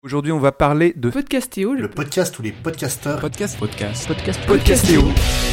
Aujourd'hui, on va parler de Podcastéo, le podcast où les podcasteurs Podcastéo.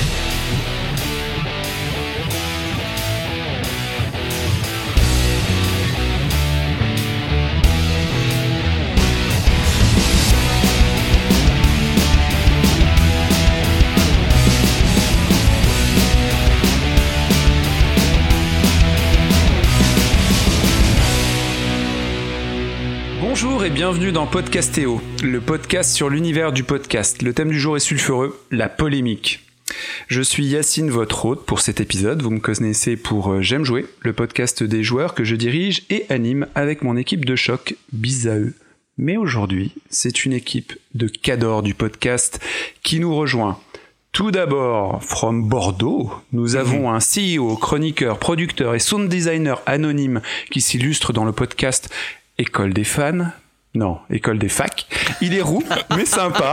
Bonjour et bienvenue dans Podcastéo, le podcast sur l'univers du podcast. Le thème du jour est sulfureux, la polémique. Je suis Yacine, votre hôte pour cet épisode. Vous me connaissez pour J'aime jouer, le podcast des joueurs que je dirige et anime avec mon équipe de choc, bis à eux. Mais aujourd'hui, c'est une équipe de cadors du podcast qui nous rejoint. Tout d'abord, from Bordeaux, nous avons un CEO, chroniqueur, producteur et sound designer anonyme qui s'illustre dans le podcast École des fans. Non, École des facs. Il est roux, mais sympa.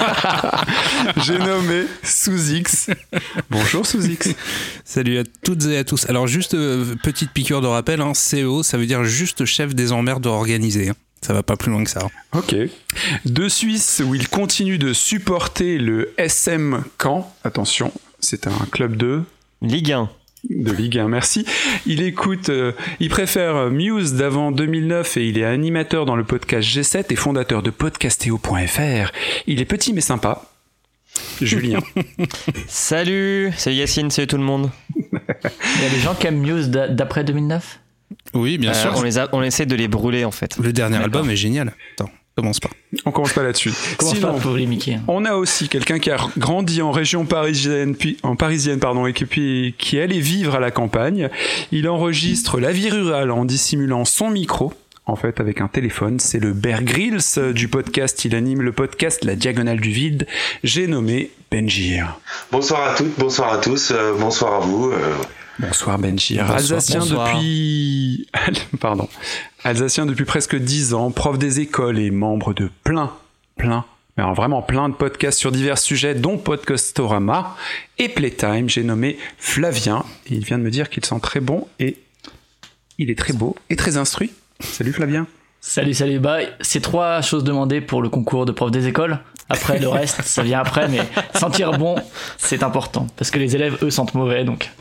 J'ai nommé Sous-X. Bonjour Sous-X. Salut à toutes et à tous. Alors juste petite piqûre de rappel, CEO, ça veut dire juste chef des emmerdes organisés. Ça va pas plus loin que ça. Ok. De Suisse, où il continue de supporter le SM Caen. Attention, c'est un club de Ligue 1. De Ligue 1, merci. Il préfère Muse d'avant 2009 et il est animateur dans le podcast G7 et fondateur de podcastéo.fr. Il est petit mais sympa. Julien. Salut Yacine, salut tout le monde. Il y a des gens qui aiment Muse d'après 2009 ? Oui, bien sûr. On essaie de les brûler en fait. Le dernier album est génial. Attends. On commence pas là-dessus. Sinon, pas polémiquer. On a aussi quelqu'un qui a grandi en région parisienne, et qui est allé vivre à la campagne. Il enregistre la vie rurale en dissimulant son micro, en fait avec un téléphone. C'est le Bear Grylls du podcast. Il anime le podcast La Diagonale du Vide. J'ai nommé Benjir. Bonsoir à toutes, bonsoir à tous, bonsoir à vous. Bonsoir Benjir. Alsacien depuis presque 10 ans, prof des écoles et membre de plein, mais alors vraiment plein de podcasts sur divers sujets, dont Podcastorama et Playtime. J'ai nommé Flavien et il vient de me dire qu'il sent très bon et il est très beau et très instruit. Salut Flavien. Salut. C'est 3 choses demandées pour le concours de prof des écoles. Après, le reste, ça vient après, mais sentir bon, c'est important. Parce que les élèves, eux, sentent mauvais, donc...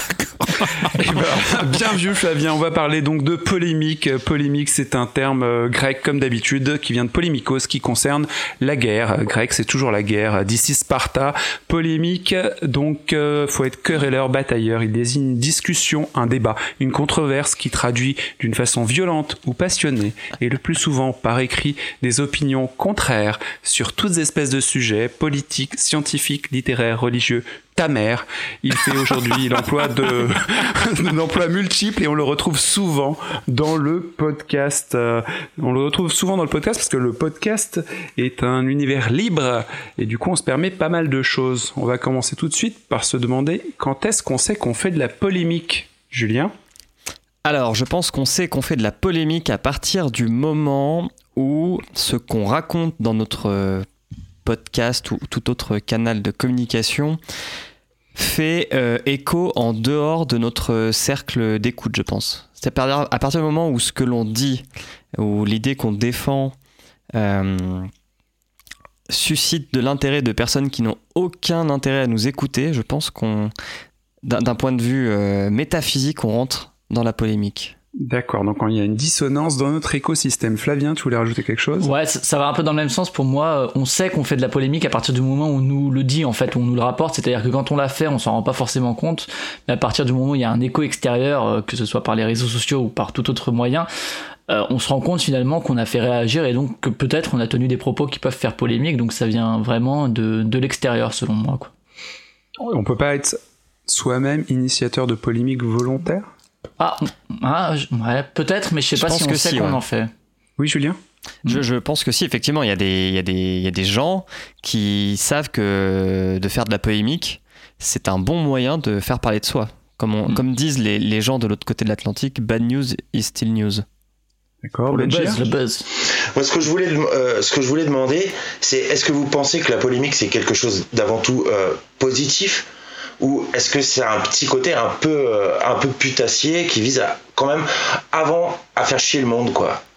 Bien vu Flavien, on va parler donc de polémique. Polémique, c'est un terme grec comme d'habitude qui vient de polémikos, qui concerne la guerre. Grec, c'est toujours la guerre. D'ici Sparta, polémique, donc faut être querelleur, batailleur. Il désigne une discussion, un débat, une controverse qui traduit d'une façon violente ou passionnée, et le plus souvent par écrit, des opinions contraires sur toutes espèces de sujets, politiques, scientifiques, littéraires, religieux, ta mère. Il fait aujourd'hui l'emploi l'emploi multiple et on le retrouve souvent dans le podcast. Parce que le podcast est un univers libre et du coup on se permet pas mal de choses. On va commencer tout de suite par se demander quand est-ce qu'on sait qu'on fait de la polémique, Julien ? Alors, je pense qu'on sait qu'on fait de la polémique à partir du moment où ce qu'on raconte dans notre podcast ou tout autre canal de communication fait écho en dehors de notre cercle d'écoute, je pense. C'est à partir du moment où ce que l'on dit, ou l'idée qu'on défend suscite de l'intérêt de personnes qui n'ont aucun intérêt à nous écouter, je pense qu'on, d'un point de vue métaphysique, on rentre dans la polémique. D'accord, donc il y a une dissonance dans notre écosystème. Flavien, tu voulais rajouter quelque chose ? Ouais, ça va un peu dans le même sens. Pour moi, on sait qu'on fait de la polémique à partir du moment où on nous le dit, en fait, où on nous le rapporte. C'est-à-dire que quand on l'a fait, on s'en rend pas forcément compte. Mais à partir du moment où il y a un écho extérieur, que ce soit par les réseaux sociaux ou par tout autre moyen, on se rend compte finalement qu'on a fait réagir et donc que peut-être on a tenu des propos qui peuvent faire polémique. Donc ça vient vraiment de l'extérieur, selon moi, quoi. On peut pas être soi-même initiateur de polémique volontaire ? Ouais, peut-être, mais je sais pas si on sait qu'on en fait. Oui, Julien ? Je pense que si, effectivement, il y a des gens qui savent que de faire de la polémique, c'est un bon moyen de faire parler de soi. Comme disent les gens de l'autre côté de l'Atlantique, bad news is still news. D'accord, le buzz. Moi, ce que je voulais demander, c'est est-ce que vous pensez que la polémique, c'est quelque chose d'avant tout positif ? Ou est-ce que c'est un petit côté un peu putassier qui vise à, quand même, avant, à faire chier le monde, quoi ?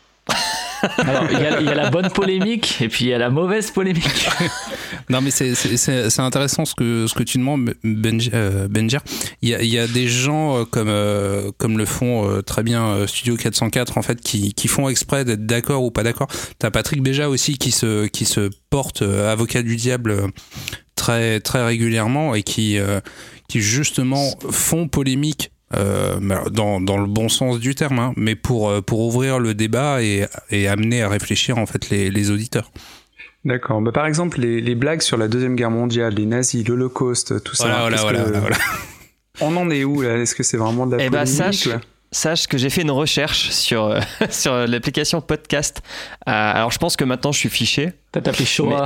Alors, il y a la bonne polémique et puis il y a la mauvaise polémique. Non, mais c'est intéressant ce que tu demandes, Benjer. Il y a des gens comme le font très bien Studio 404, en fait, qui font exprès d'être d'accord ou pas d'accord. T'as Patrick Béja aussi qui se porte avocat du diable très, très régulièrement et qui justement font polémique. Dans le bon sens du terme, hein, mais pour ouvrir le débat et amener à réfléchir en fait les auditeurs. D'accord. Bah, par exemple, les blagues sur la Deuxième Guerre mondiale, les nazis, l'Holocauste, tout ça. Voilà. On en est où là ? Est-ce que c'est vraiment de la polémique là ? Sache que j'ai fait une recherche sur l'application podcast. Alors je pense que maintenant je suis fiché. T'as tapé Shoah.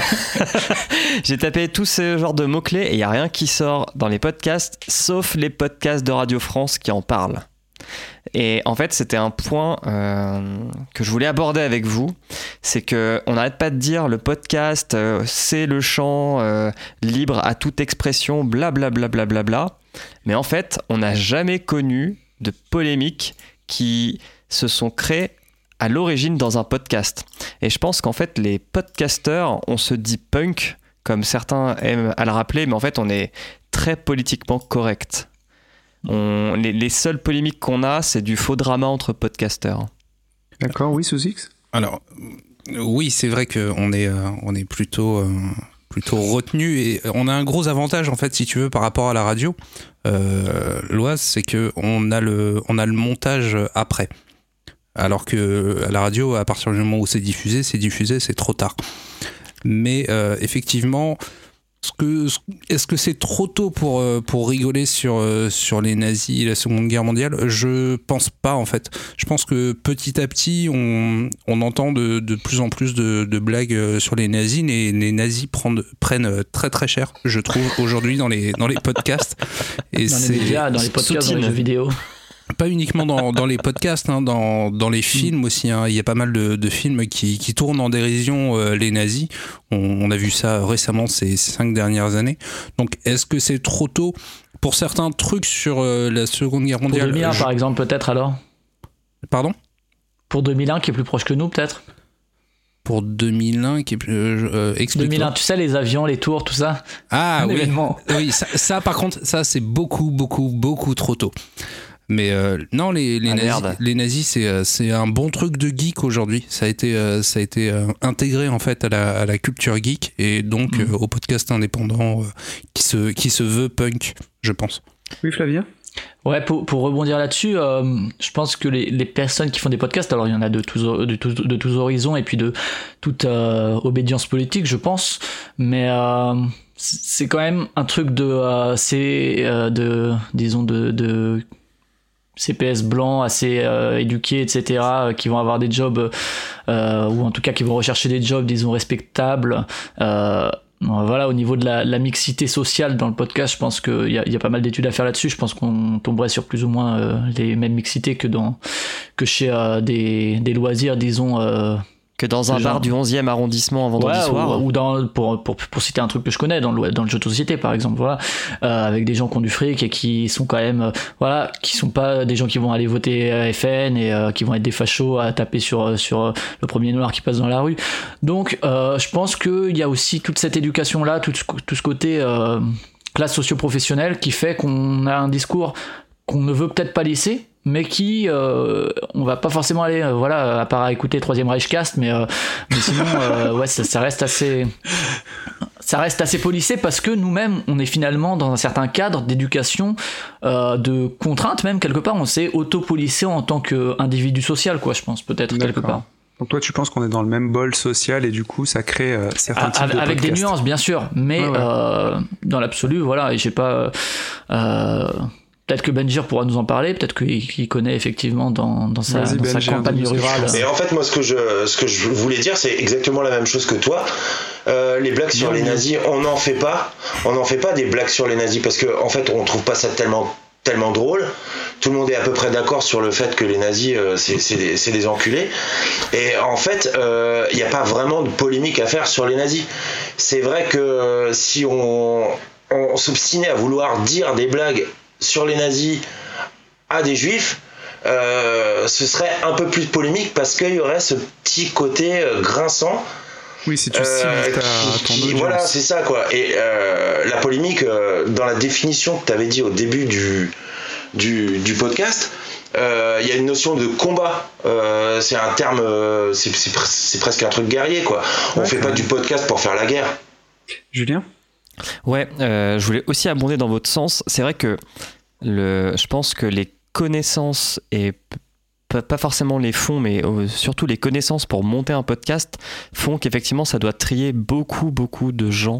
J'ai tapé tout ce genre de mots-clés et il n'y a rien qui sort dans les podcasts, sauf les podcasts de Radio France qui en parlent. Et en fait, c'était un point que je voulais aborder avec vous. C'est qu'on n'arrête pas de dire le podcast, c'est le champ libre à toute expression, blablabla. Mais en fait, on n'a jamais connu de polémiques qui se sont créées à l'origine dans un podcast. Et je pense qu'en fait, les podcasteurs, on se dit punk, comme certains aiment à le rappeler, mais en fait, on est très politiquement correct. Les seules polémiques qu'on a, c'est du faux drama entre podcasteurs. D'accord, oui, Sous-X ? Alors, oui, c'est vrai qu'on est plutôt retenu et on a un gros avantage en fait, si tu veux, par rapport à la radio. L'Oise, c'est que on a le montage après. Alors que à la radio, à partir du moment où c'est diffusé, c'est trop tard. Mais effectivement, est-ce que c'est trop tôt pour rigoler sur les nazis et la Seconde Guerre mondiale ? Je pense pas en fait. Je pense que petit à petit, on entend de plus en plus de blagues sur les nazis. Les nazis prennent très très cher, je trouve, aujourd'hui dans les podcasts. Et dans les médias, dans les podcasts, dans les jeux vidéo. Pas uniquement dans les podcasts, hein, dans les films aussi. Hein. Il y a pas mal de films qui tournent en dérision les nazis. On a vu ça récemment ces 5 dernières années. Donc, est-ce que c'est trop tôt pour certains trucs sur la Seconde Guerre mondiale ? Pour 2001, par exemple, peut-être alors ? Pardon ? Pour 2001, qui est plus proche que nous, peut-être ? Pour 2001, qui est plus... explique-toi. 2001, tu sais, les avions, les tours, tout ça. Ah oui, oui, ça par contre, ça c'est beaucoup trop tôt. Mais non, les nazis, c'est un bon truc de geek aujourd'hui. Ça a été intégré en fait à la culture geek et donc au podcast indépendant qui se veut punk, je pense. Oui, Flavien ? Ouais, pour rebondir là-dessus, je pense que les personnes qui font des podcasts, alors il y en a de tous horizons et puis de toute obédience politique, je pense, mais c'est quand même un truc de CPS blancs assez éduqués, etc., qui vont avoir des jobs, ou en tout cas qui vont rechercher des jobs, disons, respectables. Voilà, au niveau de la mixité sociale dans le podcast, je pense qu'il y a pas mal d'études à faire là-dessus. Je pense qu'on tomberait sur plus ou moins les mêmes mixités que chez des loisirs, disons... que dans un bar du 11e arrondissement un vendredi soir. Ou pour citer un truc que je connais, dans le jeu de société par exemple, voilà, avec des gens qui ont du fric et qui sont quand même, qui sont pas des gens qui vont aller voter FN et qui vont être des fachos à taper sur le premier noir qui passe dans la rue. Donc je pense qu'il y a aussi toute cette éducation-là, tout ce côté classe socio-professionnelle qui fait qu'on a un discours qu'on ne veut peut-être pas laisser, mais qui on va pas forcément aller à part à écouter Troisième Reichcast, mais sinon ça reste assez policé parce que nous-mêmes on est finalement dans un certain cadre d'éducation, de contrainte même quelque part. On s'est auto-policé en tant qu'individu social, quoi, je pense, peut-être. D'accord. Quelque part. Donc toi tu penses qu'on est dans le même bol social et du coup ça crée certains types de podcasts. Avec des nuances bien sûr, mais dans l'absolu, voilà, et j'ai pas peut-être que Benjir pourra nous en parler, peut-être qu'il connaît effectivement dans sa campagne rurale. Mais en fait, moi, ce que je voulais dire, c'est exactement la même chose que toi. Les blagues sur les nazis, on n'en fait pas des blagues sur les nazis parce qu'en fait, on trouve pas ça tellement drôle. Tout le monde est à peu près d'accord sur le fait que les nazis, c'est des enculés. Et en fait, il n'y a pas vraiment de polémique à faire sur les nazis. C'est vrai que si on s'obstinait à vouloir dire des blagues sur les nazis à des juifs, ce serait un peu plus polémique parce qu'il y aurait ce petit côté grinçant. Oui, si tu cibles ton audience. Voilà, c'est ça, quoi. Et la polémique, dans la définition que tu avais dit au début du podcast, il y a une notion de combat. C'est un terme, c'est presque un truc guerrier, quoi. On fait pas du podcast pour faire la guerre. Julien ? Ouais, je voulais aussi abonder dans votre sens. C'est vrai que je pense que les connaissances et pas forcément les fonds, mais surtout les connaissances pour monter un podcast font qu'effectivement ça doit trier beaucoup de gens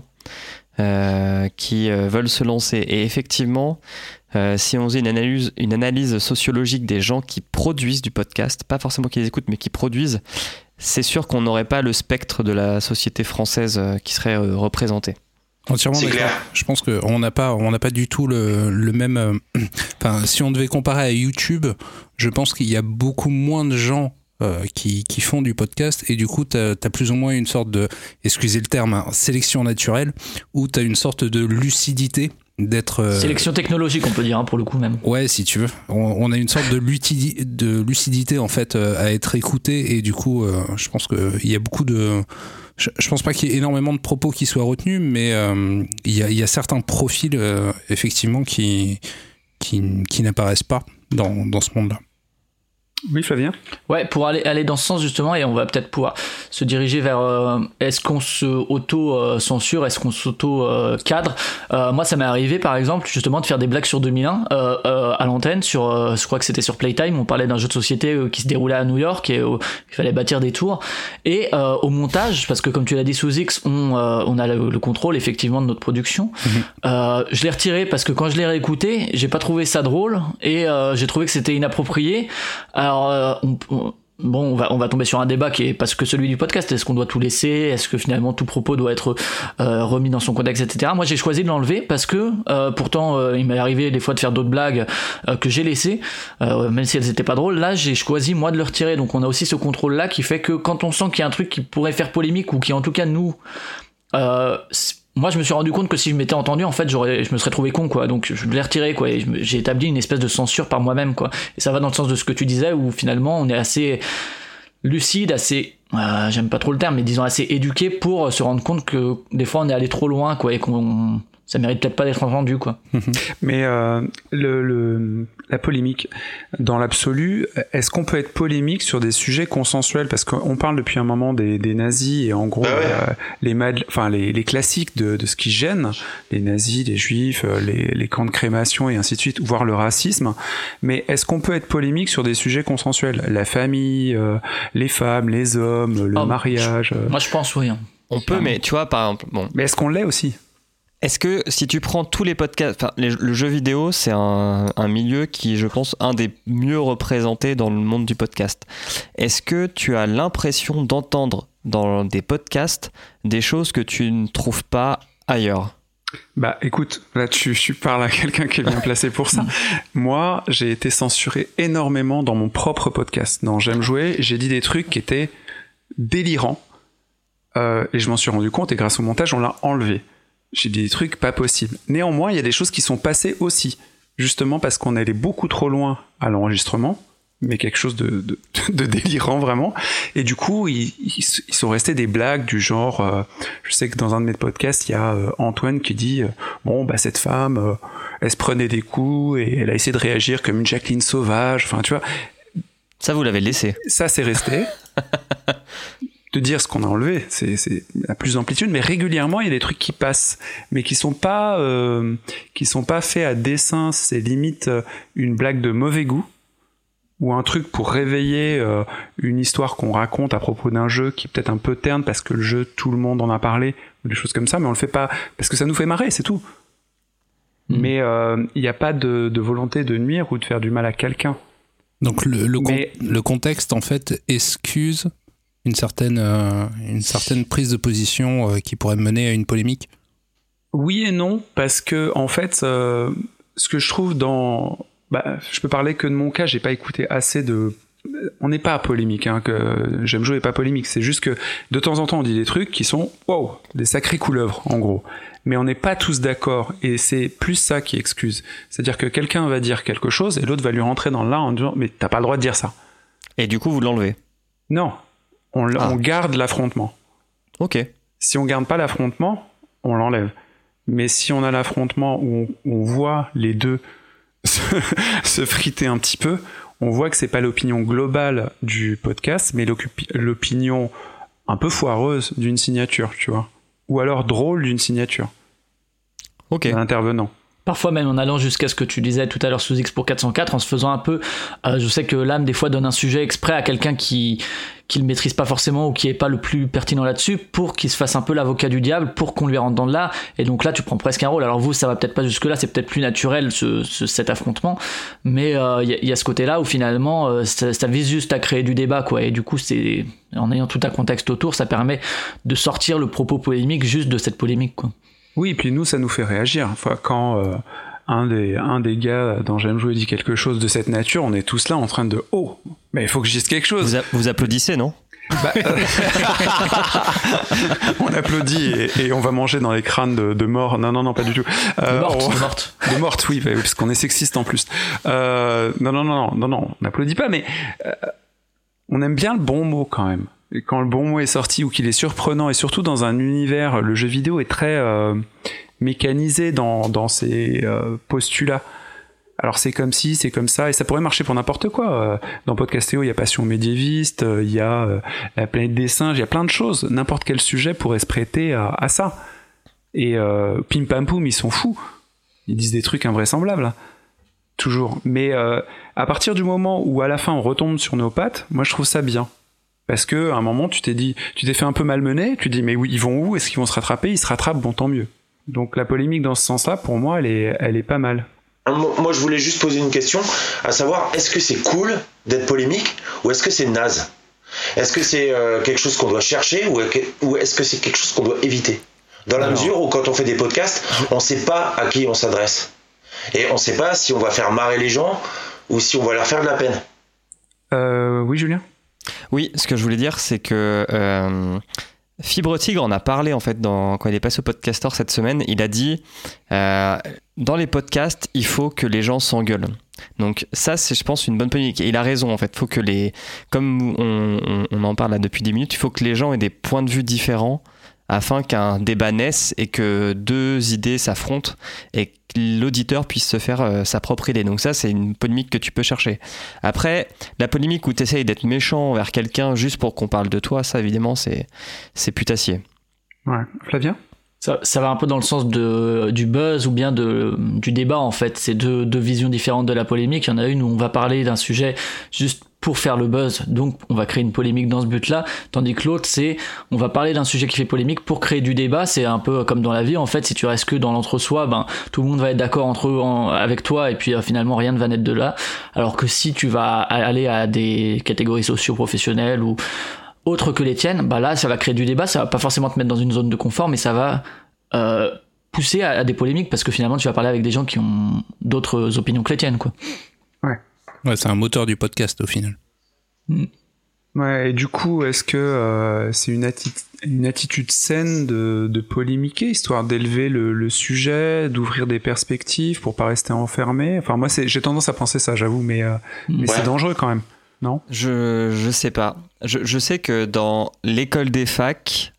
qui veulent se lancer. Et effectivement, si on faisait une analyse sociologique des gens qui produisent du podcast, pas forcément qui les écoutent, mais qui produisent, c'est sûr qu'on n'aurait pas le spectre de la société française qui serait représenté. Entièrement d'accord. Clair. Je pense qu'on n'a pas du tout le même. Enfin, si on devait comparer à YouTube, je pense qu'il y a beaucoup moins de gens qui font du podcast et du coup, t'as plus ou moins une sorte de, excusez le terme, sélection naturelle, où t'as une sorte de lucidité d'être. Sélection technologique, on peut dire, pour le coup même. Ouais, si tu veux. On a une sorte de lucidité en fait à être écouté et du coup, je pense qu'il y a beaucoup de. Je pense pas qu'il y ait énormément de propos qui soient retenus, mais il y a certains profils effectivement qui n'apparaissent pas dans ce monde-là. Oui, Flavien ? Ouais, pour aller dans ce sens justement, et on va peut-être pouvoir se diriger vers est-ce qu'on se auto-censure, est-ce qu'on s'auto-cadre. Moi, ça m'est arrivé par exemple justement de faire des blagues sur 2001 à l'antenne, je crois que c'était sur Playtime, on parlait d'un jeu de société qui se déroulait à New York et il fallait bâtir des tours. Et au montage, parce que comme tu l'as dit sous X, on a le contrôle effectivement de notre production. Je l'ai retiré parce que quand je l'ai réécouté, j'ai pas trouvé ça drôle et j'ai trouvé que c'était inapproprié. Alors, on va tomber sur un débat qui est parce que celui du podcast. Est-ce qu'on doit tout laisser ? Est-ce que finalement tout propos doit être remis dans son contexte, etc. Moi, j'ai choisi de l'enlever parce que pourtant, il m'est arrivé des fois de faire d'autres blagues que j'ai laissées, même si elles étaient pas drôles. Là, j'ai choisi moi de le retirer. Donc, on a aussi ce contrôle-là qui fait que quand on sent qu'il y a un truc qui pourrait faire polémique ou qui, en tout cas, nous moi je me suis rendu compte que si je m'étais entendu en fait je me serais trouvé con quoi, donc je l'ai retiré quoi, et j'ai établi une espèce de censure par moi-même quoi, et ça va dans le sens de ce que tu disais où finalement on est assez lucide, assez j'aime pas trop le terme mais disons assez éduqué pour se rendre compte que des fois on est allé trop loin quoi, et qu'on ça mérite peut-être pas d'être entendu quoi. Mais la polémique dans l'absolu, est-ce qu'on peut être polémique sur des sujets consensuels, parce qu'on parle depuis un moment des nazis et en gros les classiques de ce qui gêne les nazis, les juifs, les camps de crémation et ainsi de suite, voire le racisme, mais est-ce qu'on peut être polémique sur des sujets consensuels, la famille, les femmes, les hommes, le mariage moi je pense oui. On peut, mais tu vois par exemple mais est-ce qu'on l'est aussi? Est-ce que si tu prends tous les podcasts, enfin le jeu vidéo, c'est un milieu qui, je pense, un des mieux représentés dans le monde du podcast. Est-ce que tu as l'impression d'entendre dans des podcasts des choses que tu ne trouves pas ailleurs ? Bah écoute, là tu parles à quelqu'un qui est bien placé pour ça. Moi, j'ai été censuré énormément dans mon propre podcast. Dans J'aime jouer, j'ai dit des trucs qui étaient délirants et je m'en suis rendu compte et grâce au montage, on l'a enlevé. J'ai dit des trucs pas possibles. Néanmoins, il y a des choses qui sont passées aussi, justement parce qu'on allait beaucoup trop loin à l'enregistrement, mais quelque chose de délirant vraiment. Et du coup, ils sont restés des blagues du genre, je sais que dans un de mes podcasts, il y a Antoine qui dit cette femme, elle se prenait des coups et elle a essayé de réagir comme une Jacqueline sauvage. Enfin, tu vois. Ça, vous l'avez laissé. Ça, c'est resté. De dire ce qu'on a enlevé, c'est à plus d'amplitude, mais régulièrement il y a des trucs qui passent, mais qui sont pas faits à dessein. C'est limite une blague de mauvais goût ou un truc pour réveiller une histoire qu'on raconte à propos d'un jeu qui est peut-être un peu terne parce que le jeu tout le monde en a parlé ou des choses comme ça, mais on le fait pas parce que ça nous fait marrer, c'est tout. Mais il n'y a pas de volonté de nuire ou de faire du mal à quelqu'un. Donc le contexte en fait excuse une certaine prise de position qui pourrait mener à une polémique. Oui et non, parce que en fait, ce que je trouve je peux parler que de mon cas, j'ai pas écouté assez on n'est pas polémique, hein, que J'aime jouer est pas polémique, c'est juste que de temps en temps on dit des trucs qui sont wow, des sacrées couleuvres en gros, mais on n'est pas tous d'accord, et c'est plus ça qui excuse, c'est-à-dire que quelqu'un va dire quelque chose et l'autre va lui rentrer dans le là en disant mais t'as pas le droit de dire ça. Et du coup vous l'enlevez? Non, on garde l'affrontement. Ok. Si on garde pas l'affrontement, on l'enlève. Mais si on a l'affrontement où on voit les deux se friter un petit peu, on voit que c'est pas l'opinion globale du podcast, mais l'opinion un peu foireuse d'une signature, tu vois. Ou alors drôle d'une signature. Ok. De l'intervenant. Parfois même en allant jusqu'à ce que tu disais tout à l'heure sous X pour 404, en se faisant un peu... je sais que l'âme des fois donne un sujet exprès à quelqu'un qui le maîtrise pas forcément ou qui est pas le plus pertinent là-dessus pour qu'il se fasse un peu l'avocat du diable, pour qu'on lui rentre dans le là, et donc là tu prends presque un rôle. Alors vous ça va peut-être pas jusque là, c'est peut-être plus naturel cet affrontement, mais il y a ce côté-là où finalement ça vise juste à créer du débat quoi, et du coup c'est en ayant tout un contexte autour, ça permet de sortir le propos polémique juste de cette polémique quoi. Oui, et puis nous, ça nous fait réagir. Enfin, quand un des gars dans J'aime jouer dit quelque chose de cette nature, on est tous là en train de « Oh, mais il faut que je dise quelque chose !» Vous applaudissez, non? On applaudit et on va manger dans les crânes de morts. Non, pas du tout. De mortes, oui, parce qu'on est sexiste en plus. Non, on n'applaudit pas, mais on aime bien le bon mot quand même. Et quand le bon mot est sorti ou qu'il est surprenant, et surtout dans un univers, le jeu vidéo est très mécanisé dans ses postulats. Alors c'est comme ci, c'est comme ça, et ça pourrait marcher pour n'importe quoi. Dans Podcastéo, il y a Passion médiéviste, il y a la planète des singes, il y a plein de choses. N'importe quel sujet pourrait se prêter à ça. Et Pim Pam Poum, ils sont fous. Ils disent des trucs invraisemblables. Toujours. Mais à partir du moment où à la fin on retombe sur nos pattes, moi je trouve ça bien. Parce que à un moment, tu t'es fait un peu malmener, tu te dis mais oui, ils vont où? Est-ce qu'ils vont se rattraper? Ils se rattrapent, bon tant mieux. Donc la polémique dans ce sens-là, pour moi, elle est pas mal. Moi, je voulais juste poser une question, à savoir, est-ce que c'est cool d'être polémique ou est-ce que c'est naze? Est-ce que c'est quelque chose qu'on doit chercher ou est-ce que c'est quelque chose qu'on doit éviter? Dans la mesure où quand on fait des podcasts, on sait pas à qui on s'adresse. Et on sait pas si on va faire marrer les gens ou si on va leur faire de la peine. Oui, Julien? Oui, ce que je voulais dire, c'est que Fibre Tigre en a parlé en fait quand il est passé au Podcaster cette semaine. Il a dit dans les podcasts, il faut que les gens s'engueulent. Donc ça, c'est je pense une bonne polémique. Et il a raison en fait. Faut que comme on en parle là depuis 10 minutes, il faut que les gens aient des points de vue différents afin qu'un débat naisse et que deux idées s'affrontent et que l'auditeur puisse se faire sa propre idée. Donc ça, c'est une polémique que tu peux chercher. Après, la polémique où tu essayes d'être méchant envers quelqu'un juste pour qu'on parle de toi, ça évidemment, c'est putassier. Ouais. Flavien ? Ça va un peu dans le sens du buzz ou bien du débat en fait. C'est deux visions différentes de la polémique. Il y en a une où on va parler d'un sujet juste pour faire le buzz, donc on va créer une polémique dans ce but-là, tandis que l'autre c'est on va parler d'un sujet qui fait polémique pour créer du débat. C'est un peu comme dans la vie en fait, si tu restes que dans l'entre-soi, tout le monde va être d'accord avec toi et puis finalement rien ne va naître de là, alors que si tu vas aller à des catégories socio-professionnelles ou autres que les tiennes, là ça va créer du débat, ça va pas forcément te mettre dans une zone de confort, mais ça va pousser à des polémiques parce que finalement tu vas parler avec des gens qui ont d'autres opinions que les tiennes quoi. Ouais, c'est un moteur du podcast au final. Ouais, et du coup, est-ce que c'est une attitude saine de polémiquer, histoire d'élever le sujet, d'ouvrir des perspectives pour pas rester enfermé? Enfin, moi, j'ai tendance à penser ça, j'avoue, mais c'est dangereux quand même, non? Je sais pas. Je sais que dans l'école des facs,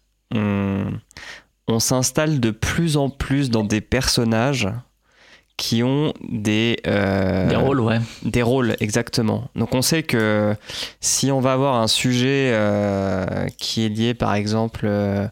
on s'installe de plus en plus dans des personnages qui ont des rôles, ouais. Des rôles, exactement. Donc on sait que si on va avoir un sujet qui est lié par exemple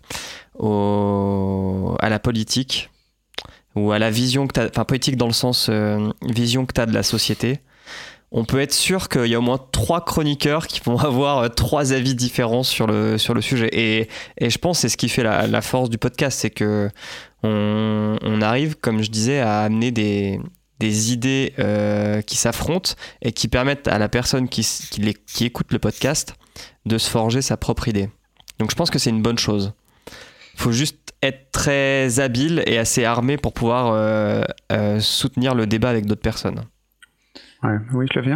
à la politique ou à la vision que tu as, enfin politique dans le sens vision que tu as de la société, on peut être sûr qu'il y a au moins 3 chroniqueurs qui vont avoir 3 avis différents sur le sujet. Et je pense que c'est ce qui fait la force du podcast, c'est que on arrive, comme je disais, à amener des idées qui s'affrontent et qui permettent à la personne qui écoute le podcast de se forger sa propre idée. Donc je pense que c'est une bonne chose. Il faut juste être très habile et assez armé pour pouvoir soutenir le débat avec d'autres personnes. Ouais, oui, Flavien ?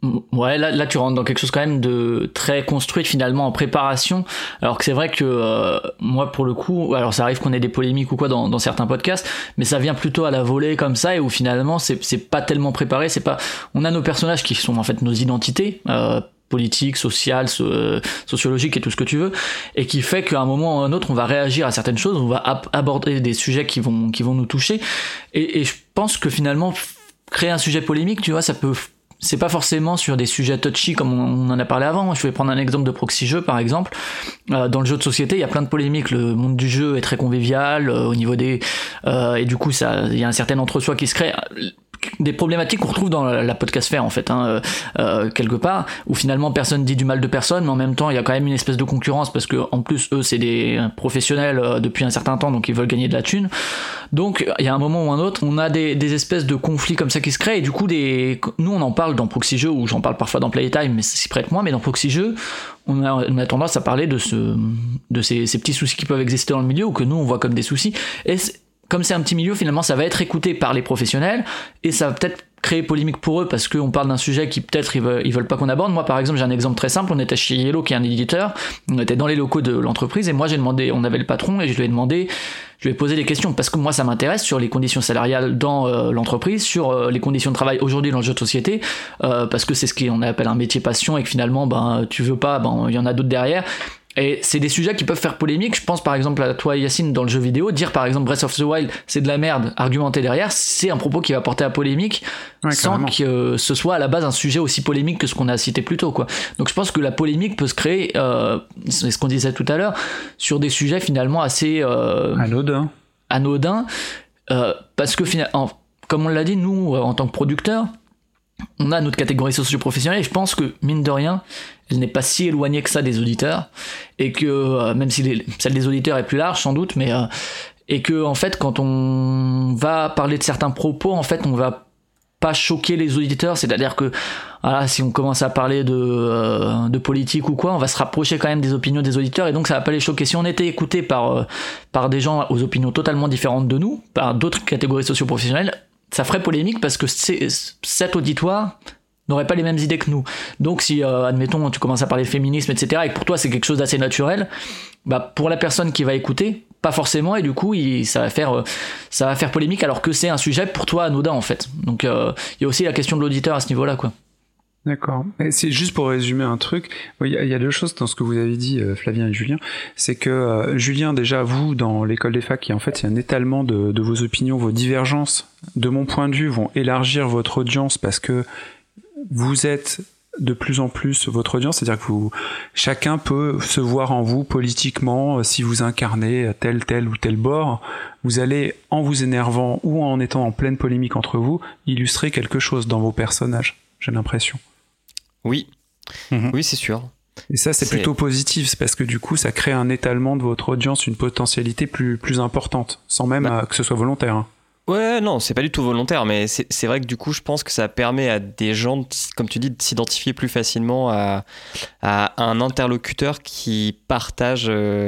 Ouais, là tu rentres dans quelque chose quand même de très construit finalement en préparation, alors que c'est vrai que moi pour le coup, alors ça arrive qu'on ait des polémiques ou quoi dans certains podcasts, mais ça vient plutôt à la volée comme ça, et où finalement c'est pas tellement préparé, on a nos personnages qui sont en fait nos identités politiques, sociales, sociologiques et tout ce que tu veux, et qui fait qu'à un moment ou à un autre on va réagir à certaines choses, on va aborder des sujets qui vont nous toucher, et je pense que finalement créer un sujet polémique, tu vois, c'est pas forcément sur des sujets touchy comme on en a parlé avant. Je vais prendre un exemple de proxy jeu par exemple. Dans le jeu de société, il y a plein de polémiques. Le monde du jeu est très convivial au niveau des et du coup il y a un certain entre-soi qui se crée. Des problématiques qu'on retrouve dans la podcastphère en fait, quelque part, où finalement personne dit du mal de personne, mais en même temps il y a quand même une espèce de concurrence, parce que en plus eux c'est des professionnels depuis un certain temps, donc ils veulent gagner de la thune. Donc il y a un moment ou un autre, on a des espèces de conflits comme ça qui se créent, et du coup nous on en parle dans Proxy Jeux, ou j'en parle parfois dans Playtime, mais ça s'y prête moins, mais dans Proxy Jeux on a tendance à parler de ces petits soucis qui peuvent exister dans le milieu, ou que nous on voit comme des soucis, et comme c'est un petit milieu, finalement, ça va être écouté par les professionnels, et ça va peut-être créer polémique pour eux, parce qu'on parle d'un sujet qui peut-être ils veulent pas qu'on aborde. Moi, par exemple, j'ai un exemple très simple. On était chez Yellow, qui est un éditeur. On était dans les locaux de l'entreprise, et moi, j'ai demandé, on avait le patron, et je lui ai posé des questions, parce que moi, ça m'intéresse sur les conditions salariales dans l'entreprise, sur les conditions de travail aujourd'hui dans le jeu de société, parce que c'est ce qu'on appelle un métier passion, et que finalement, tu veux pas, il y en a d'autres derrière. Et c'est des sujets qui peuvent faire polémique. Je pense par exemple à toi, Yacine, dans le jeu vidéo, dire par exemple Breath of the Wild c'est de la merde, argumenter derrière, c'est un propos qui va porter à polémique, sans que ce soit à la base un sujet aussi polémique que ce qu'on a cité plus tôt, quoi. Donc je pense que la polémique peut se créer, c'est ce qu'on disait tout à l'heure, sur des sujets finalement assez anodins, parce que finalement, comme on l'a dit, nous en tant que producteurs, on a notre catégorie socio-professionnelle, et je pense que mine de rien elle n'est pas si éloignée que ça des auditeurs, et que même si celle des auditeurs est plus large sans doute, mais et que en fait quand on va parler de certains propos, en fait on va pas choquer les auditeurs, c'est-à-dire que voilà, si on commence à parler de politique ou quoi, on va se rapprocher quand même des opinions des auditeurs, et donc ça va pas les choquer. Si on était écouté par des gens aux opinions totalement différentes de nous, par d'autres catégories socio-professionnelles, ça ferait polémique, parce que cet auditoire n'aurait pas les mêmes idées que nous. Donc si, admettons, tu commences à parler de féminisme, etc., et que pour toi c'est quelque chose d'assez naturel, pour la personne qui va écouter, pas forcément, et du coup ça va faire polémique, alors que c'est un sujet pour toi anodin en fait. Donc il y a aussi la question de l'auditeur à ce niveau-là, quoi. D'accord. Et c'est juste pour résumer un truc. Il y a deux choses dans ce que vous avez dit, Flavien et Julien. C'est que Julien, déjà, vous, dans l'école des facs, en fait, il y a un étalement de vos opinions, vos divergences, de mon point de vue, vont élargir votre audience, parce que vous êtes de plus en plus votre audience, c'est-à-dire que chacun peut se voir en vous politiquement. Si vous incarnez tel ou tel bord, vous allez, en vous énervant ou en étant en pleine polémique entre vous, illustrer quelque chose dans vos personnages, j'ai l'impression. Oui, oui, c'est sûr. Et ça, c'est plutôt positif, c'est parce que du coup, ça crée un étalement de votre audience, une potentialité plus importante, sans même que ce soit volontaire. Hein. Ouais, non, c'est pas du tout volontaire, mais c'est vrai que du coup, je pense que ça permet à des gens, comme tu dis, de s'identifier plus facilement à un interlocuteur qui partage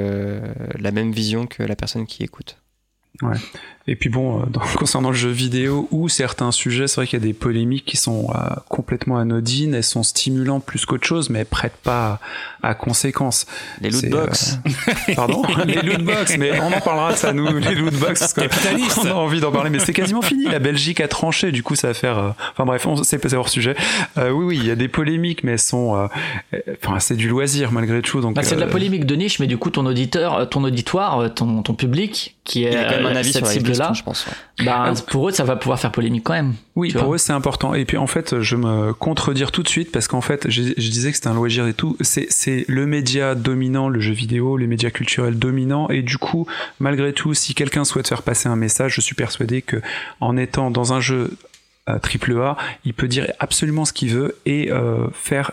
la même vision que la personne qui écoute. Ouais. Et puis bon, concernant le jeu vidéo ou certains sujets, c'est vrai qu'il y a des polémiques qui sont complètement anodines, elles sont stimulantes plus qu'autre chose, mais elles prêtent pas à conséquence. Les lootbox. Pardon. Les lootbox, mais on en parlera de ça, nous, les lootbox, parce qu'on a envie d'en parler, mais c'est quasiment fini. La Belgique a tranché, du coup ça va faire... Enfin bref, c'est hors sujet. Oui, il y a des polémiques, mais elles sont... c'est du loisir malgré tout. Donc, c'est de la polémique de niche, mais du coup ton auditoire, ton public, qui est un avis cette sur cible-là, je pense. Ouais. Pour eux, ça va pouvoir faire polémique quand même. Oui, pour eux, c'est important. Et puis, en fait, je me contredire tout de suite, parce qu'en fait, je disais que c'était un loisir et tout. C'est le média dominant, le jeu vidéo, les médias culturels dominants. Et du coup, malgré tout, si quelqu'un souhaite faire passer un message, je suis persuadé que en étant dans un jeu AAA, il peut dire absolument ce qu'il veut et faire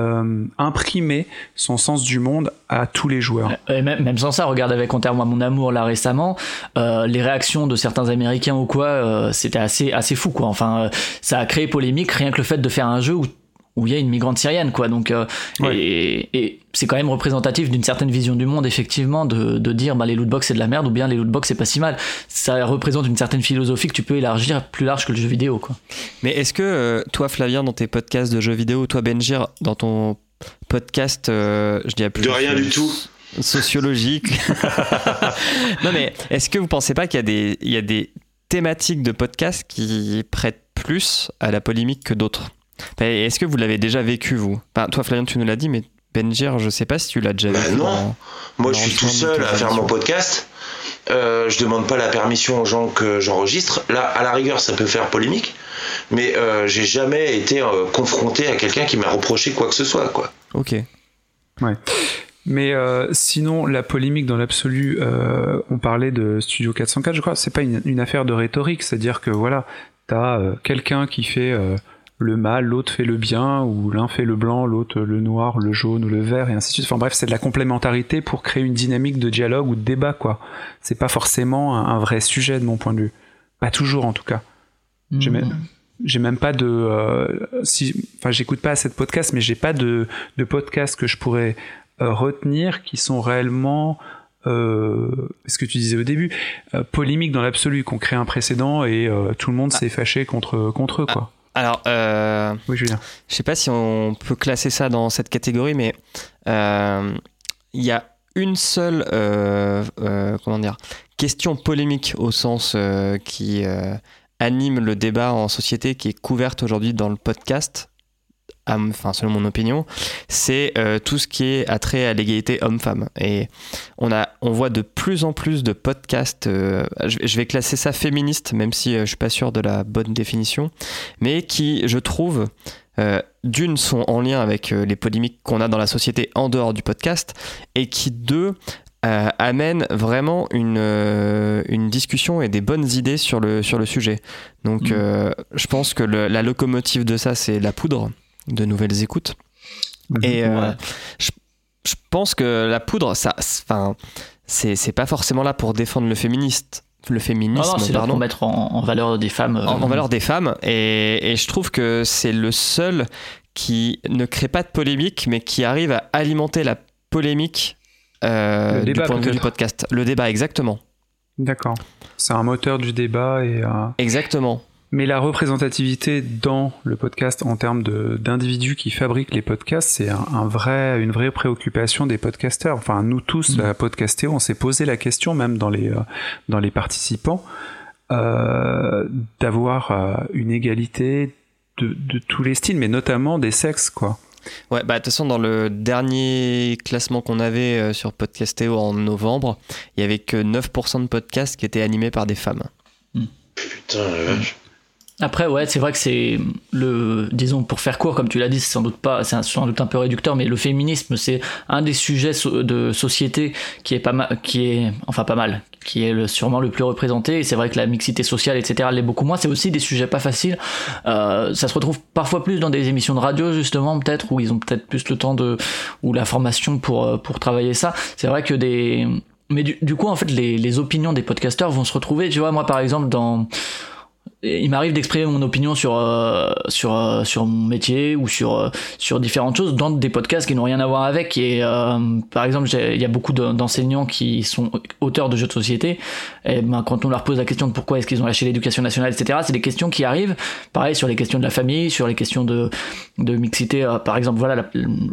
imprimer son sens du monde à tous les joueurs. Et même sans ça, regarde avec Enterre-moi mon amour là récemment, les réactions de certains Américains ou quoi, c'était assez fou quoi. Enfin, ça a créé polémique, rien que le fait de faire un jeu où où il y a une migrante syrienne, quoi. Donc, et c'est quand même représentatif d'une certaine vision du monde, effectivement, de dire les lootbox c'est de la merde, ou bien les lootbox c'est pas si mal. Ça représente une certaine philosophie que tu peux élargir plus large que le jeu vidéo, quoi. Mais est-ce que toi, Flavien, dans tes podcasts de jeux vidéo, toi, Benjir, dans ton podcast, je dirais plus. De rien du tout. Sociologique. Non, mais est-ce que vous pensez pas qu'il y a des thématiques de podcasts qui prêtent plus à la polémique que d'autres? Est-ce que vous l'avez déjà vécu, vous? Toi, Flavien, tu nous l'as dit, mais Benjir, je sais pas si tu l'as déjà vécu. Non, moi je suis tout seul à faire mon podcast. Je demande pas la permission aux gens que j'enregistre. Là, à la rigueur, ça peut faire polémique, mais j'ai jamais été confronté à quelqu'un qui m'a reproché quoi que ce soit, quoi. Ok. Ouais. Mais sinon, la polémique dans l'absolu, on parlait de Studio 404, je crois, c'est pas une affaire de rhétorique, c'est-à-dire que voilà, t'as quelqu'un qui fait le mal, l'autre fait le bien, ou l'un fait le blanc, l'autre le noir, le jaune ou le vert, et ainsi de suite. Enfin bref, c'est de la complémentarité pour créer une dynamique de dialogue ou de débat, quoi. C'est pas forcément un vrai sujet de mon point de vue. Pas toujours, en tout cas. J'ai même pas de... j'écoute pas assez de podcasts, mais j'ai pas de podcasts que je pourrais retenir qui sont réellement... ce que tu disais au début, polémique dans l'absolu, qu'on crée un précédent et tout le monde s'est fâché contre eux, quoi. Alors, oui, Julien. Je sais pas si on peut classer ça dans cette catégorie, mais il y a une seule question polémique au sens qui anime le débat en société, qui est couverte aujourd'hui dans le podcast. Selon mon opinion, c'est tout ce qui est attrait à l'égalité homme-femme. Et on voit de plus en plus de podcasts, je vais classer ça féministe, même si je suis pas sûr de la bonne définition, mais qui, je trouve, d'une, sont en lien avec les polémiques qu'on a dans la société en dehors du podcast, et qui, deux, amènent vraiment une discussion et des bonnes idées sur le sujet. Donc je pense que la locomotive de ça, c'est La Poudre, de Nouvelles Écoutes. Et je pense que La Poudre, c'est pas forcément là pour défendre le féminisme, c'est là pour mettre en valeur des femmes. En valeur des femmes. Et je trouve que c'est le seul qui ne crée pas de polémique, mais qui arrive à alimenter la polémique du point de vue du podcast. Le débat, exactement. D'accord. C'est un moteur du débat et... Exactement. Mais la représentativité dans le podcast en termes d'individus qui fabriquent les podcasts, c'est une vraie préoccupation des podcasteurs. Enfin, nous tous, à podcaster, on s'est posé la question, même dans les participants, d'avoir une égalité de tous les styles, mais notamment des sexes, quoi. Ouais, de toute façon, dans le dernier classement qu'on avait sur Podcastéo en novembre, il y avait que 9% de podcasts qui étaient animés par des femmes. Putain, la vache. Après, ouais, c'est vrai que c'est disons, pour faire court, comme tu l'as dit, c'est sans doute un peu réducteur, mais le féminisme, c'est un des sujets de société qui est sûrement le plus représenté, et c'est vrai que la mixité sociale, etc., l'est beaucoup moins. C'est aussi des sujets pas faciles. Ça se retrouve parfois plus dans des émissions de radio, justement, peut-être, où ils ont peut-être plus le temps ou la formation pour travailler ça. C'est vrai que mais du coup, en fait, les opinions des podcasteurs vont se retrouver, tu vois, moi, par exemple, il m'arrive d'exprimer mon opinion sur mon métier ou sur différentes choses dans des podcasts qui n'ont rien à voir avec. Et par exemple, il y a beaucoup d'enseignants qui sont auteurs de jeux de société, et quand on leur pose la question de pourquoi est-ce qu'ils ont lâché l'éducation nationale, etc., c'est des questions qui arrivent, pareil, sur les questions de la famille, sur les questions de mixité, par exemple, voilà,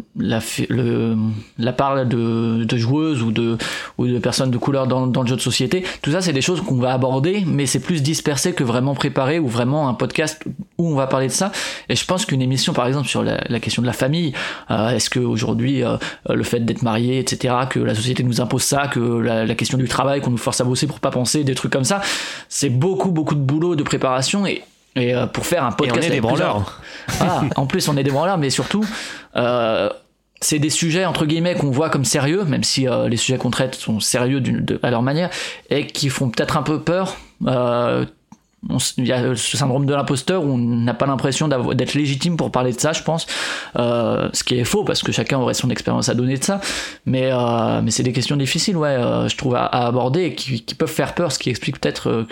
la part de joueuses ou de personnes de couleur dans le jeu de société. Tout ça, c'est des choses qu'on va aborder, mais c'est plus dispersé que vraiment préparé, ou vraiment un podcast où on va parler de ça. Et je pense qu'une émission, par exemple, sur la question de la famille, est-ce qu'aujourd'hui le fait d'être marié, etc., que la société nous impose ça, que la question du travail, qu'on nous force à bosser pour pas penser, des trucs comme ça, c'est beaucoup de boulot, de préparation, et pour faire un podcast. Et on est des branleurs. En plus on est des branleurs, mais surtout c'est des sujets entre guillemets qu'on voit comme sérieux, même si les sujets qu'on traite sont sérieux à leur manière, et qui font peut-être un peu peur. Il y a ce syndrome de l'imposteur où on n'a pas l'impression d'être légitime pour parler de ça, je pense, ce qui est faux, parce que chacun aurait son expérience à donner de ça, mais c'est des questions difficiles, je trouve, à aborder, et qui peuvent faire peur, ce qui explique peut-être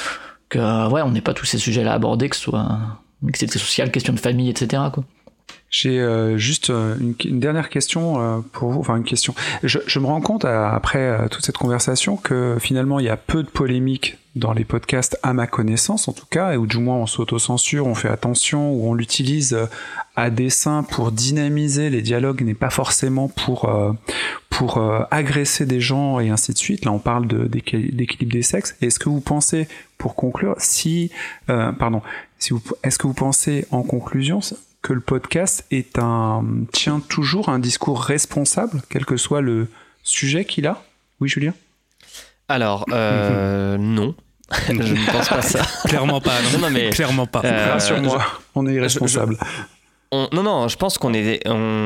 que on n'est pas tous ces sujets-là à aborder, que ce soit mixité sociale, question de famille, etc., quoi. J'ai juste une dernière question pour vous, enfin une question. Je me rends compte après toute cette conversation que finalement il y a peu de polémiques dans les podcasts à ma connaissance en tout cas, ou du moins on s'auto-censure, on fait attention, ou on l'utilise à dessein pour dynamiser les dialogues, n'est pas forcément pour agresser des gens et ainsi de suite. Là on parle d'équilibre des sexes. Et est-ce que vous pensez, pour conclure, est-ce que vous pensez en conclusion que le podcast tient toujours un discours responsable, quel que soit le sujet qu'il a? Oui, Julien? Alors, non. Je ne pense pas ça. Clairement pas. Non, mais clairement pas. Rassure-moi, on est irresponsable. Non, je pense qu'on est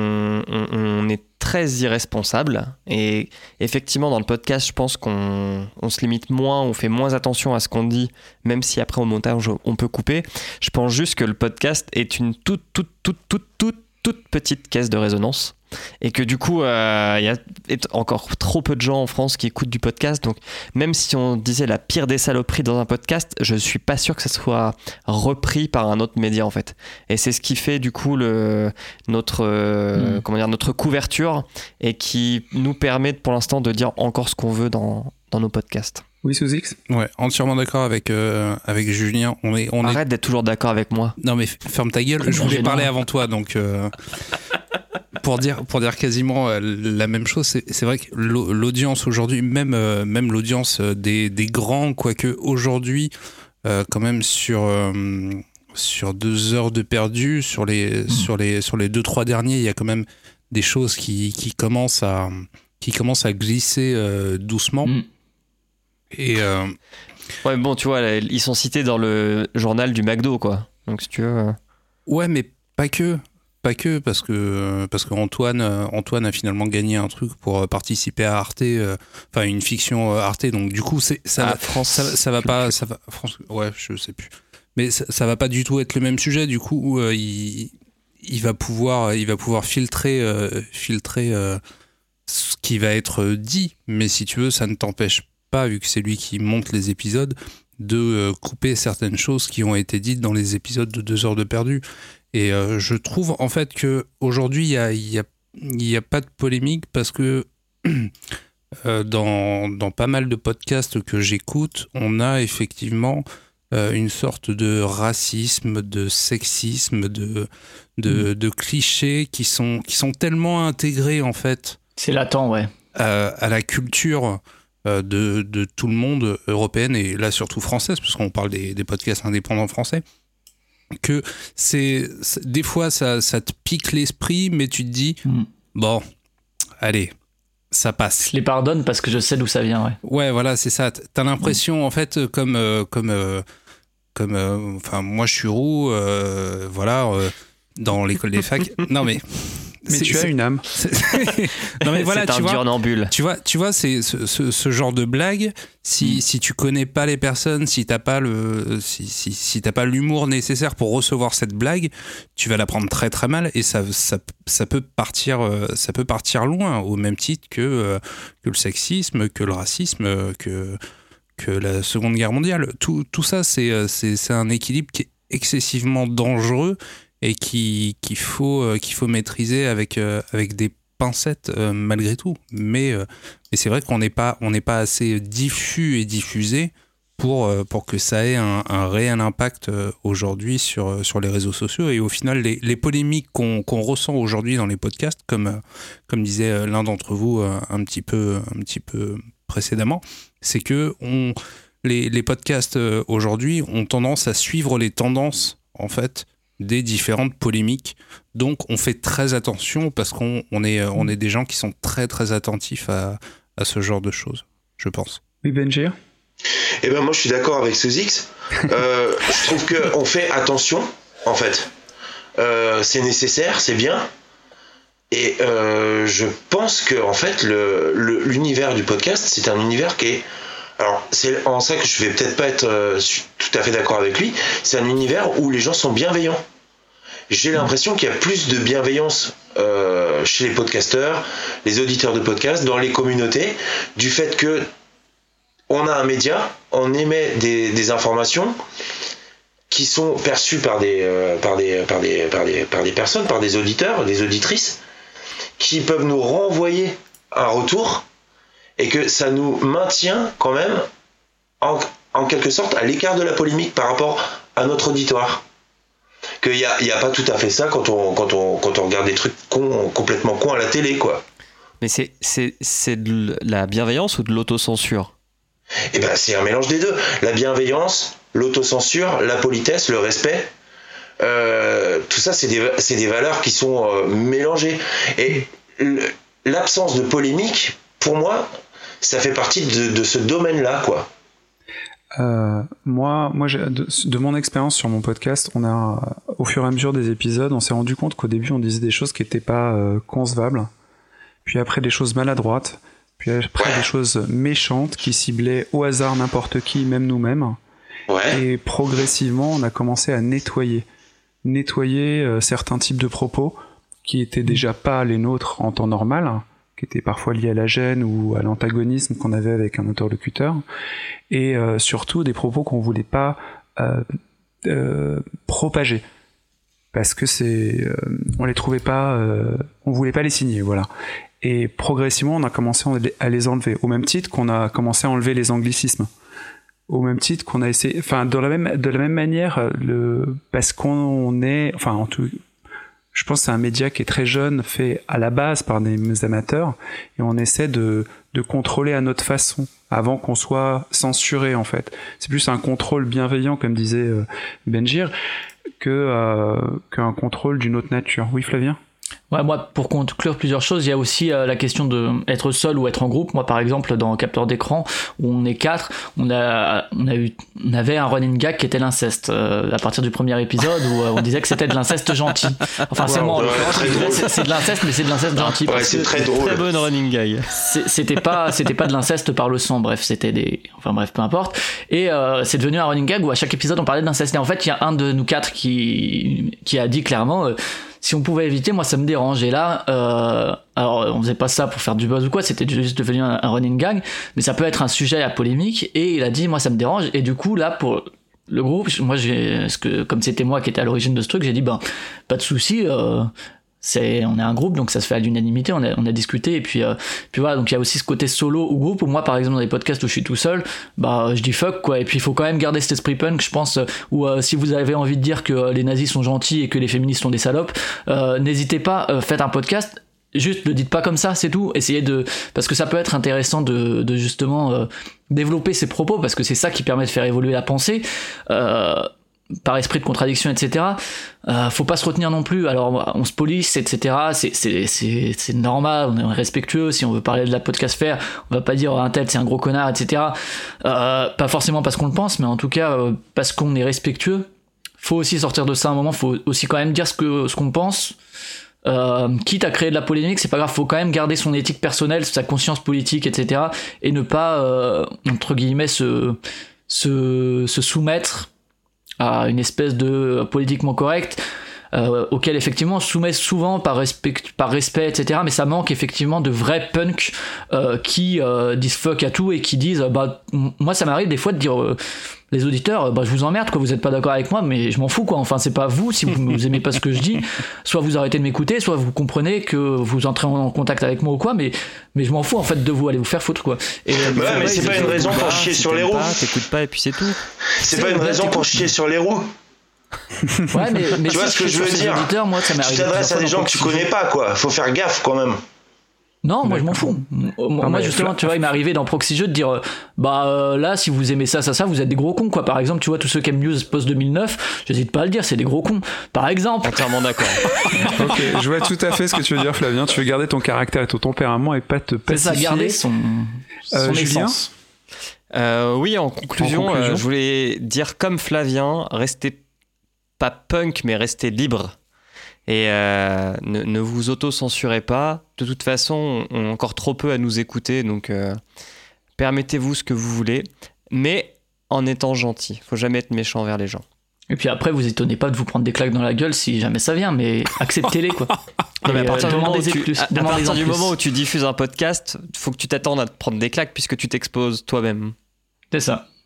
très irresponsable. Et effectivement, dans le podcast, je pense qu'on se limite moins, on fait moins attention à ce qu'on dit, même si après au montage, on peut couper. Je pense juste que le podcast est une toute petite caisse de résonance. Et que du coup, il y a encore trop peu de gens en France qui écoutent du podcast. Donc, même si on disait la pire des saloperies dans un podcast, je suis pas sûr que ça soit repris par un autre média en fait. Et c'est ce qui fait du coup notre couverture et qui nous permet pour l'instant de dire encore ce qu'on veut dans nos podcasts. Oui, Sous-X ? Ouais, entièrement d'accord avec Julien. Arrête d'être toujours d'accord avec moi. Non mais ferme ta gueule, je voulais parler avant toi donc... Pour dire quasiment la même chose, c'est vrai que l'audience aujourd'hui, même l'audience des grands, quoique aujourd'hui, quand même sur 2 heures de perdu, sur les 2-3 derniers, il y a quand même des choses qui commencent à glisser doucement. Et ouais, bon, tu vois, ils sont cités dans le journal du McDo, quoi. Donc si tu veux. Ouais, mais pas que, parce que Antoine a finalement gagné un truc pour participer à Arte, enfin une fiction Arte, donc du coup ça va pas, France, ouais, je sais plus, mais ça va pas du tout être le même sujet, du coup il va pouvoir filtrer ce qui va être dit, mais si tu veux ça ne t'empêche pas, vu que c'est lui qui monte les épisodes, de couper certaines choses qui ont été dites dans les épisodes de 2 heures de perdu. Et je trouve en fait qu'aujourd'hui, il y a pas de polémique parce que dans pas mal de podcasts que j'écoute, on a effectivement une sorte de racisme, de sexisme, de clichés qui sont tellement intégrés en fait. C'est latent, ouais. À la culture de tout le monde, européenne et là surtout française, parce qu'on parle des podcasts indépendants français. Que des fois ça te pique l'esprit, mais tu te dis bon, allez, ça passe. Je les pardonne parce que je sais d'où ça vient, ouais. Ouais, voilà, c'est ça. T'as l'impression en fait comme enfin moi je suis roux, voilà, dans l'école des facs. Non mais tu as une âme. Non mais voilà, c'est un diurnambule. Tu vois, c'est ce genre de blague. Si tu connais pas les personnes, si t'as pas l'humour nécessaire pour recevoir cette blague, tu vas la prendre très très mal et ça peut partir loin, au même titre que le sexisme, que le racisme, que la Seconde Guerre mondiale. Tout ça, c'est un équilibre qui est excessivement dangereux et qu'il faut maîtriser avec des pincettes malgré tout. Mais c'est vrai qu'on n'est pas assez diffus et diffusé pour que ça ait un réel impact aujourd'hui sur les réseaux sociaux. Et au final, les polémiques qu'on ressent aujourd'hui dans les podcasts, comme disait l'un d'entre vous un petit peu précédemment, c'est que les podcasts aujourd'hui ont tendance à suivre les tendances en fait des différentes polémiques. Donc on fait très attention parce qu'on est des gens qui sont très très attentifs à ce genre de choses, je pense. Oui, Benjir ? Eh ben moi je suis d'accord avec Sous-X. Je trouve qu'on fait attention en fait. C'est nécessaire, c'est bien. Et je pense que en fait l'univers du podcast, c'est un univers qui est... Alors c'est en ça que je vais peut-être pas être tout à fait d'accord avec lui. C'est un univers où les gens sont bienveillants. J'ai l'impression qu'il y a plus de bienveillance chez les podcasteurs, les auditeurs de podcasts, dans les communautés, du fait que on a un média, on émet des informations qui sont perçus par des personnes, par des auditeurs, des auditrices, qui peuvent nous renvoyer un retour, et que ça nous maintient quand même en quelque sorte à l'écart de la polémique par rapport à notre auditoire. Qu'il y a pas tout à fait ça quand on regarde des trucs complètement cons à la télé, quoi. Mais c'est de la bienveillance ou de l'autocensure? Eh ben, c'est un mélange des deux. La bienveillance, l'autocensure, la politesse, le respect, tout ça, c'est des valeurs qui sont mélangées. Et l'absence de polémique, pour moi, ça fait partie de ce domaine-là, quoi. Moi, de mon expérience sur mon podcast, au fur et à mesure des épisodes, on s'est rendu compte qu'au début, on disait des choses qui n'étaient pas concevables, puis après des choses maladroites, puis après des choses méchantes qui ciblaient au hasard n'importe qui, même nous-mêmes. Ouais. Et progressivement, on a commencé à nettoyer certains types de propos qui étaient déjà pas les nôtres en temps normal, qui étaient parfois liés à la gêne ou à l'antagonisme qu'on avait avec un interlocuteur, et surtout des propos qu'on voulait pas propager, parce que on les trouvait pas, on voulait pas les signer, voilà. Et progressivement, on a commencé à les enlever, au même titre qu'on a commencé à enlever les anglicismes, au même titre qu'on a essayé, enfin de la même manière, parce qu'on est, enfin en tout. Je pense que c'est un média qui est très jeune, fait à la base par des amateurs, et on essaie de contrôler à notre façon, avant qu'on soit censuré, en fait. C'est plus un contrôle bienveillant, comme disait Benjir, qu'un contrôle d'une autre nature. Oui, Flavien ? Ouais, moi, pour conclure plusieurs choses, il y a aussi la question de être seul ou être en groupe. Moi, par exemple, dans Capteur d'écran, où on est 4, on avait un running gag qui était l'inceste. À partir du premier épisode, où on disait que c'était de l'inceste gentil. Enfin, c'est moi, c'est de l'inceste, mais c'est de l'inceste gentil. Ouais, c'est très drôle. Très bonne running gag. C'était pas de l'inceste par le sang. Bref, enfin bref, peu importe. Et c'est devenu un running gag où à chaque épisode on parlait d'inceste. Et en fait, il y a un de nous 4 qui a dit clairement. Si on pouvait éviter, moi ça me dérange. Et là, alors on faisait pas ça pour faire du buzz ou quoi, c'était juste devenu un running gag, mais ça peut être un sujet à polémique. Et il a dit, moi ça me dérange. Et du coup là, pour le groupe, moi comme c'était moi qui étais à l'origine de ce truc, j'ai dit pas de souci. On est un groupe, donc ça se fait à l'unanimité, on a discuté, et puis voilà, donc il y a aussi ce côté solo ou groupe, où moi par exemple dans les podcasts où je suis tout seul, je dis fuck, quoi, et puis il faut quand même garder cet esprit punk, je pense, où si vous avez envie de dire que les nazis sont gentils et que les féministes sont des salopes, n'hésitez pas, faites un podcast, juste le dites pas comme ça, c'est tout, essayez parce que ça peut être intéressant de justement développer ses propos, parce que c'est ça qui permet de faire évoluer la pensée, par esprit de contradiction, etc. Faut pas se retenir non plus. Alors on se police, etc. C'est normal, on est respectueux. Si on veut parler de la podcastphère, on va pas dire un tel c'est un gros connard, etc. Pas forcément parce qu'on le pense, mais en tout cas parce qu'on est respectueux. Faut aussi sortir de ça un moment. Faut aussi quand même dire ce qu'on pense. Quitte à créer de la polémique, c'est pas grave. Faut quand même garder son éthique personnelle, sa conscience politique, etc. Et ne pas entre guillemets se soumettre à une espèce de politiquement correct auquel effectivement on se soumet souvent par respect, etc. Mais ça manque effectivement de vrais punks qui disent fuck à tout et qui disent moi ça m'arrive des fois de dire les auditeurs, je vous emmerde, quoi, vous êtes pas d'accord avec moi, mais je m'en fous, quoi. Enfin, c'est pas vous, si vous aimez pas ce que je dis, soit vous arrêtez de m'écouter, soit vous comprenez que vous entrez en contact avec moi ou quoi, mais je m'en fous en fait de vous, allez vous faire foutre, quoi. Et, mais c'est pas une raison pour chier sur les roues. T'écoutes pas et puis c'est tout. C'est pas une raison pour chier sur les roues. Ouais, mais tu vois ce que je veux dire. Moi, ça tu t'adresses à des gens que tu connais pas, quoi. Faut faire gaffe quand même. Non, moi je m'en fous. Moi justement, tu vois, il m'est arrivé dans Proxy Jeux de dire là, si vous aimez ça, vous êtes des gros cons, quoi. Par exemple, tu vois, tous ceux qui aiment Muse post 2009, j'hésite pas à le dire, c'est des gros cons. Par exemple. Entièrement d'accord. Ok, je vois tout à fait ce que tu veux dire, Flavien. Tu veux garder ton caractère et ton tempérament et pas te pacifier. C'est ça, garder son essence. Oui, en conclusion, je voulais dire comme Flavien, restez pas punk, mais restez libre. Et ne vous auto-censurez pas. De toute façon, on a encore trop peu à nous écouter, donc permettez-vous ce que vous voulez, mais en étant gentil. Faut jamais être méchant envers les gens. Et puis après, vous étonnez pas de vous prendre des claques dans la gueule si jamais ça vient, mais acceptez-les, quoi. Non, mais à partir du moment où tu diffuses un podcast, faut que tu t'attendes à te prendre des claques puisque tu t'exposes toi-même. C'est ça.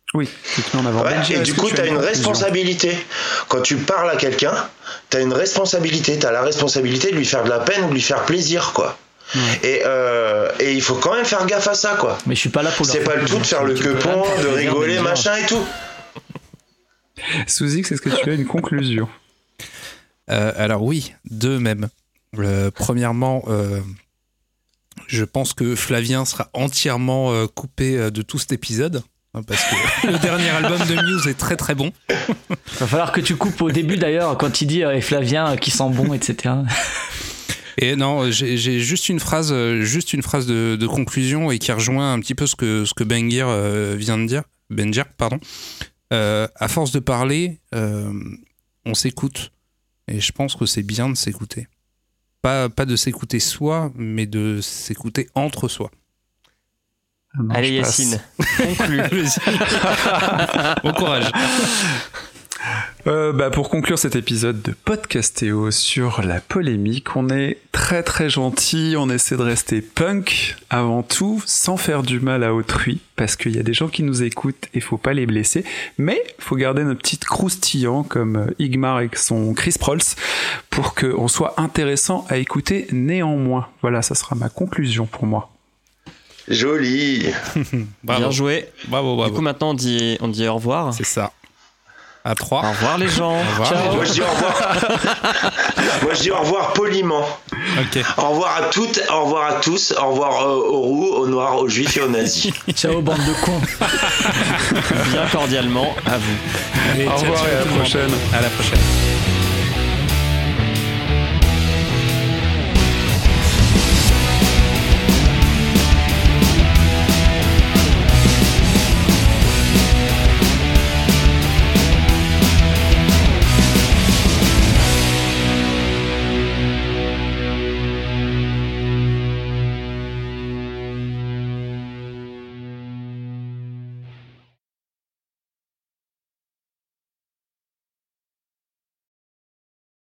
Oui, tu te mets en avant. Ouais, Benji, et du coup, tu as une responsabilité. Quand tu parles à quelqu'un, tu as une responsabilité. Tu as la responsabilité de lui faire de la peine ou de lui faire plaisir, quoi. Ouais. Et il faut quand même faire gaffe à ça, quoi. Mais je suis pas là pour. C'est pas le tout de faire le quepon, de rigoler, machin et tout. Souzix, est-ce que tu as une conclusion? Alors oui, deux même. Premièrement, je pense que Flavien sera entièrement coupé de tout cet épisode. Parce que le dernier album de Muse est très très bon. Va falloir que tu coupes au début d'ailleurs quand il dit Flavien qui sent bon, etc. Et non, j'ai juste une phrase de conclusion et qui rejoint un petit peu ce que Benger vient de dire. Benger, pardon. À force de parler, on s'écoute. Et je pense que c'est bien de s'écouter. Pas de s'écouter soi, mais de s'écouter entre soi. Non, allez Yacine, conclue. Bon courage. Pour conclure cet épisode de Podcastéo sur la polémique, on est très très gentil, on essaie de rester punk avant tout, sans faire du mal à autrui, parce qu'il y a des gens qui nous écoutent et faut pas les blesser, mais faut garder notre petite croustillant comme Igmar avec son Chris Prolls pour qu'on soit intéressant à écouter néanmoins. Voilà, ça sera ma conclusion pour moi. Joli. Bien joué. Bravo. Du coup, maintenant, on dit au revoir. C'est ça. À 3. Au revoir, les gens. Au revoir. Ciao. Moi, je dis au revoir poliment. Ok. Au revoir à toutes, au revoir à tous. Au revoir aux roux, aux noirs, aux juifs et aux nazis. Ciao, bande de cons. Bien cordialement, à vous. Allez, au revoir et à la prochaine. À la prochaine.